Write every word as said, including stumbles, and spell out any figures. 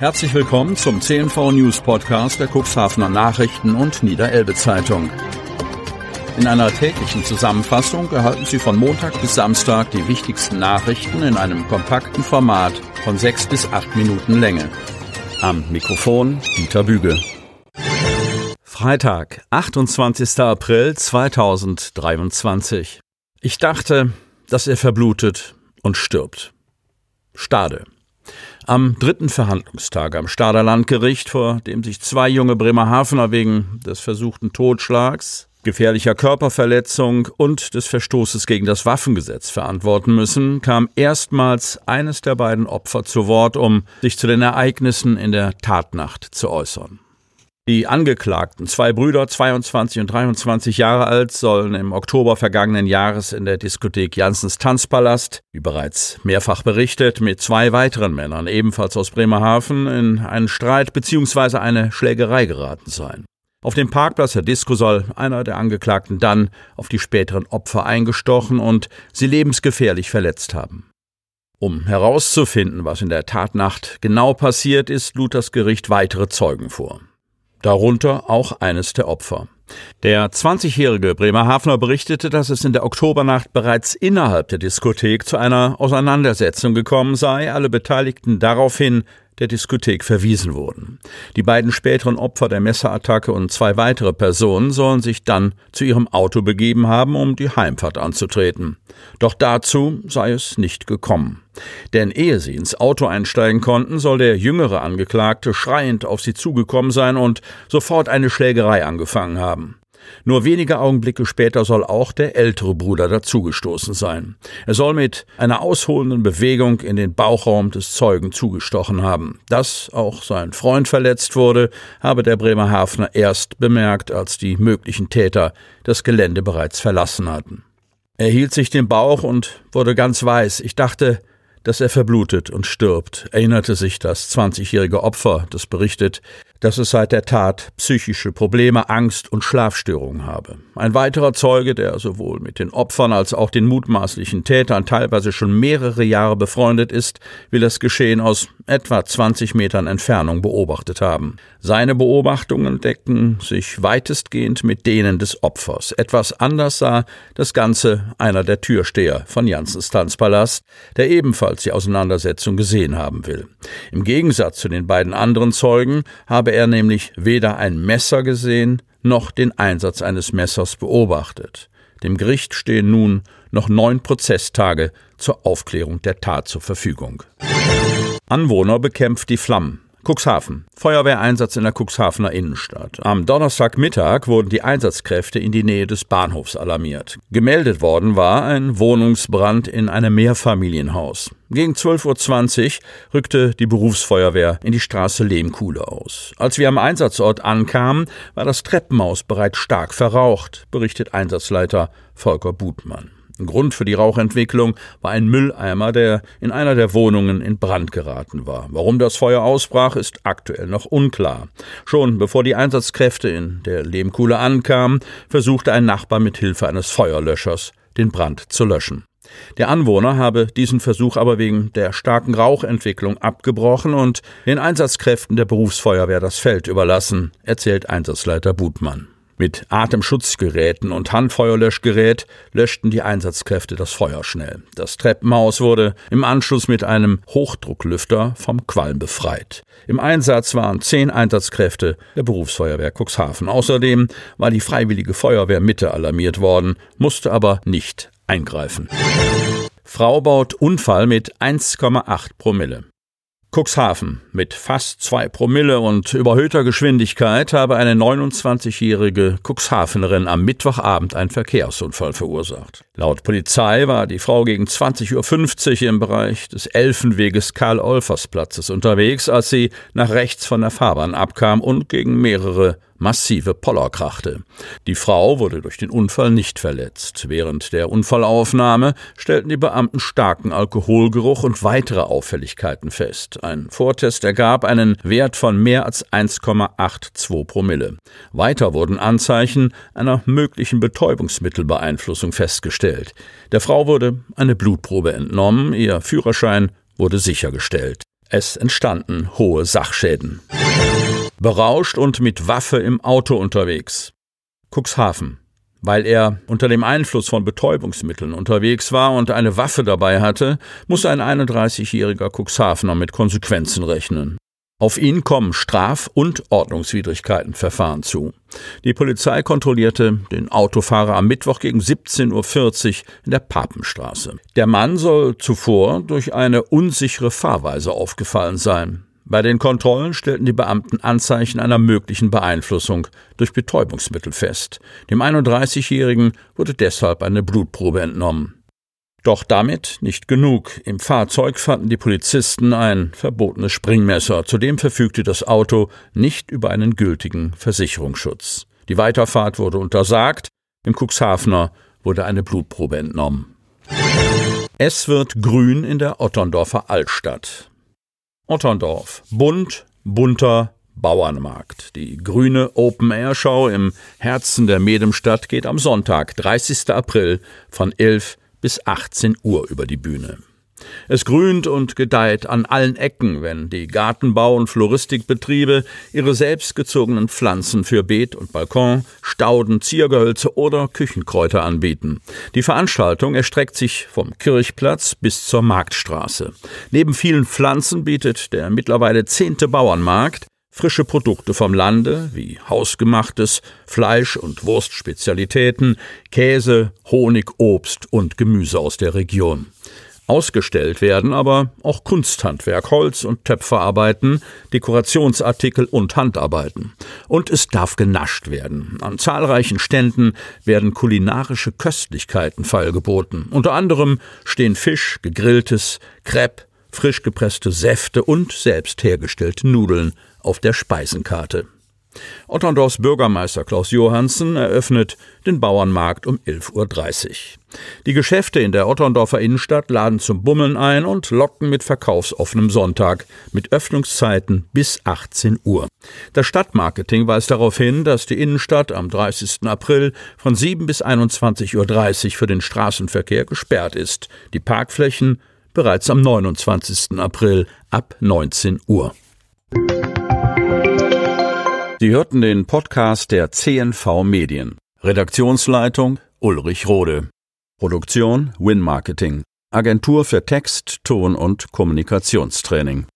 Herzlich willkommen zum C N V News Podcast der Cuxhavener Nachrichten und Niederelbe Zeitung. In einer täglichen Zusammenfassung erhalten Sie von Montag bis Samstag die wichtigsten Nachrichten in einem kompakten Format von sechs bis acht Minuten Länge. Am Mikrofon Dieter Büge. Freitag, achtundzwanzigster April zweitausenddreiundzwanzig. Ich dachte, dass er verblutet und stirbt. Stade. Am dritten Verhandlungstag am Stader Landgericht, vor dem sich zwei junge Bremerhavener wegen des versuchten Totschlags, gefährlicher Körperverletzung und des Verstoßes gegen das Waffengesetz verantworten müssen, kam erstmals eines der beiden Opfer zu Wort, um sich zu den Ereignissen in der Tatnacht zu äußern. Die Angeklagten, zwei Brüder, zweiundzwanzig und dreiundzwanzig Jahre alt, sollen im Oktober vergangenen Jahres in der Diskothek Janssens Tanzpalast, wie bereits mehrfach berichtet, mit zwei weiteren Männern, ebenfalls aus Bremerhaven, in einen Streit bzw. eine Schlägerei geraten sein. Auf dem Parkplatz der Disco soll einer der Angeklagten dann auf die späteren Opfer eingestochen und sie lebensgefährlich verletzt haben. Um herauszufinden, was in der Tatnacht genau passiert ist, lud das Gericht weitere Zeugen vor. Darunter auch eines der Opfer. Der zwanzigjährige Bremerhavener berichtete, dass es in der Oktobernacht bereits innerhalb der Diskothek zu einer Auseinandersetzung gekommen sei, alle Beteiligten daraufhin der Diskothek verwiesen wurden. Die beiden späteren Opfer der Messerattacke und zwei weitere Personen sollen sich dann zu ihrem Auto begeben haben, um die Heimfahrt anzutreten. Doch dazu sei es nicht gekommen. Denn ehe sie ins Auto einsteigen konnten, soll der jüngere Angeklagte schreiend auf sie zugekommen sein und sofort eine Schlägerei angefangen haben. Nur wenige Augenblicke später soll auch der ältere Bruder dazugestoßen sein. Er soll mit einer ausholenden Bewegung in den Bauchraum des Zeugen zugestochen haben. Dass auch sein Freund verletzt wurde, habe der Bremerhavener erst bemerkt, als die möglichen Täter das Gelände bereits verlassen hatten. Er hielt sich den Bauch und wurde ganz weiß. Ich dachte, dass er verblutet und stirbt, erinnerte sich das zwanzigjährige Opfer, das berichtet, dass es seit der Tat psychische Probleme, Angst und Schlafstörungen habe. Ein weiterer Zeuge, der sowohl mit den Opfern als auch den mutmaßlichen Tätern teilweise schon mehrere Jahre befreundet ist, will das Geschehen aus etwa zwanzig Metern Entfernung beobachtet haben. Seine Beobachtungen deckten sich weitestgehend mit denen des Opfers. Etwas anders sah das Ganze einer der Türsteher von Janssens Tanzpalast, der ebenfalls die Auseinandersetzung gesehen haben will. Im Gegensatz zu den beiden anderen Zeugen habe er nämlich weder ein Messer gesehen, noch den Einsatz eines Messers beobachtet. Dem Gericht stehen nun noch neun Prozesstage zur Aufklärung der Tat zur Verfügung. Anwohner bekämpft die Flammen. Cuxhaven. Feuerwehreinsatz in der Cuxhavener Innenstadt. Am Donnerstagmittag wurden die Einsatzkräfte in die Nähe des Bahnhofs alarmiert. Gemeldet worden war ein Wohnungsbrand in einem Mehrfamilienhaus. Gegen zwölf Uhr zwanzig rückte die Berufsfeuerwehr in die Straße Lehmkuhle aus. Als wir am Einsatzort ankamen, war das Treppenhaus bereits stark verraucht, berichtet Einsatzleiter Volker Butmann. Grund für die Rauchentwicklung war ein Mülleimer, der in einer der Wohnungen in Brand geraten war. Warum das Feuer ausbrach, ist aktuell noch unklar. Schon bevor die Einsatzkräfte in der Lehmkuhle ankamen, versuchte ein Nachbar mit Hilfe eines Feuerlöschers, den Brand zu löschen. Der Anwohner habe diesen Versuch aber wegen der starken Rauchentwicklung abgebrochen und den Einsatzkräften der Berufsfeuerwehr das Feld überlassen, erzählt Einsatzleiter Butmann. Mit Atemschutzgeräten und Handfeuerlöschgerät löschten die Einsatzkräfte das Feuer schnell. Das Treppenhaus wurde im Anschluss mit einem Hochdrucklüfter vom Qualm befreit. Im Einsatz waren zehn Einsatzkräfte der Berufsfeuerwehr Cuxhaven. Außerdem war die Freiwillige Feuerwehr Mitte alarmiert worden, musste aber nicht eingreifen. Frau baut Unfall mit eins Komma acht Promille. Cuxhaven. Mit fast zwei Promille und überhöhter Geschwindigkeit habe eine neunundzwanzigjährige Cuxhavenerin am Mittwochabend einen Verkehrsunfall verursacht. Laut Polizei war die Frau gegen zwanzig Uhr fünfzig im Bereich des Elfenweges Karl-Olfers-Platzes unterwegs, als sie nach rechts von der Fahrbahn abkam und gegen mehrere massive Poller krachte. Die Frau wurde durch den Unfall nicht verletzt. Während der Unfallaufnahme stellten die Beamten starken Alkoholgeruch und weitere Auffälligkeiten fest. Ein Vortest ergab einen Wert von mehr als eins Komma zweiundachtzig Promille. Weiter wurden Anzeichen einer möglichen Betäubungsmittelbeeinflussung festgestellt. Der Frau wurde eine Blutprobe entnommen, ihr Führerschein wurde sichergestellt. Es entstanden hohe Sachschäden. Berauscht und mit Waffe im Auto unterwegs. Cuxhaven. Weil er unter dem Einfluss von Betäubungsmitteln unterwegs war und eine Waffe dabei hatte, muss ein einunddreißigjähriger Cuxhavener mit Konsequenzen rechnen. Auf ihn kommen Straf- und Ordnungswidrigkeitenverfahren zu. Die Polizei kontrollierte den Autofahrer am Mittwoch gegen siebzehn Uhr vierzig in der Papenstraße. Der Mann soll zuvor durch eine unsichere Fahrweise aufgefallen sein. Bei den Kontrollen stellten die Beamten Anzeichen einer möglichen Beeinflussung durch Betäubungsmittel fest. Dem einunddreißigjährigen wurde deshalb eine Blutprobe entnommen. Doch damit nicht genug. Im Fahrzeug fanden die Polizisten ein verbotenes Springmesser. Zudem verfügte das Auto nicht über einen gültigen Versicherungsschutz. Die Weiterfahrt wurde untersagt. Dem Cuxhavener wurde eine Blutprobe entnommen. Es wird grün in der Otterndorfer Altstadt. Otterndorf. Bunt, bunter Bauernmarkt. Die grüne Open-Air-Show im Herzen der Medemstadt geht am Sonntag, dreißigsten April, von elf bis achtzehn Uhr über die Bühne. Es grünt und gedeiht an allen Ecken, wenn die Gartenbau- und Floristikbetriebe ihre selbstgezogenen Pflanzen für Beet und Balkon, Stauden, Ziergehölze oder Küchenkräuter anbieten. Die Veranstaltung erstreckt sich vom Kirchplatz bis zur Marktstraße. Neben vielen Pflanzen bietet der mittlerweile zehnte Bauernmarkt frische Produkte vom Lande wie hausgemachtes Fleisch- und Wurstspezialitäten, Käse, Honig, Obst und Gemüse aus der Region. Ausgestellt werden aber auch Kunsthandwerk, Holz- und Töpferarbeiten, Dekorationsartikel und Handarbeiten. Und es darf genascht werden. An zahlreichen Ständen werden kulinarische Köstlichkeiten feilgeboten. Unter anderem stehen Fisch, gegrilltes, Crepe, frisch gepresste Säfte und selbst hergestellte Nudeln auf der Speisenkarte. Otterndorfs Bürgermeister Klaus Johansen eröffnet den Bauernmarkt um elf Uhr dreißig. Die Geschäfte in der Otterndorfer Innenstadt laden zum Bummeln ein und locken mit verkaufsoffenem Sonntag mit Öffnungszeiten bis achtzehn Uhr. Das Stadtmarketing weist darauf hin, dass die Innenstadt am dreißigsten April von sieben bis einundzwanzig Uhr dreißig für den Straßenverkehr gesperrt ist. Die Parkflächen bereits am neunundzwanzigsten April ab neunzehn Uhr. Sie hörten den Podcast der C N V Medien. Redaktionsleitung Ulrich Rode. Produktion Win Marketing. Agentur für Text, Ton und Kommunikationstraining.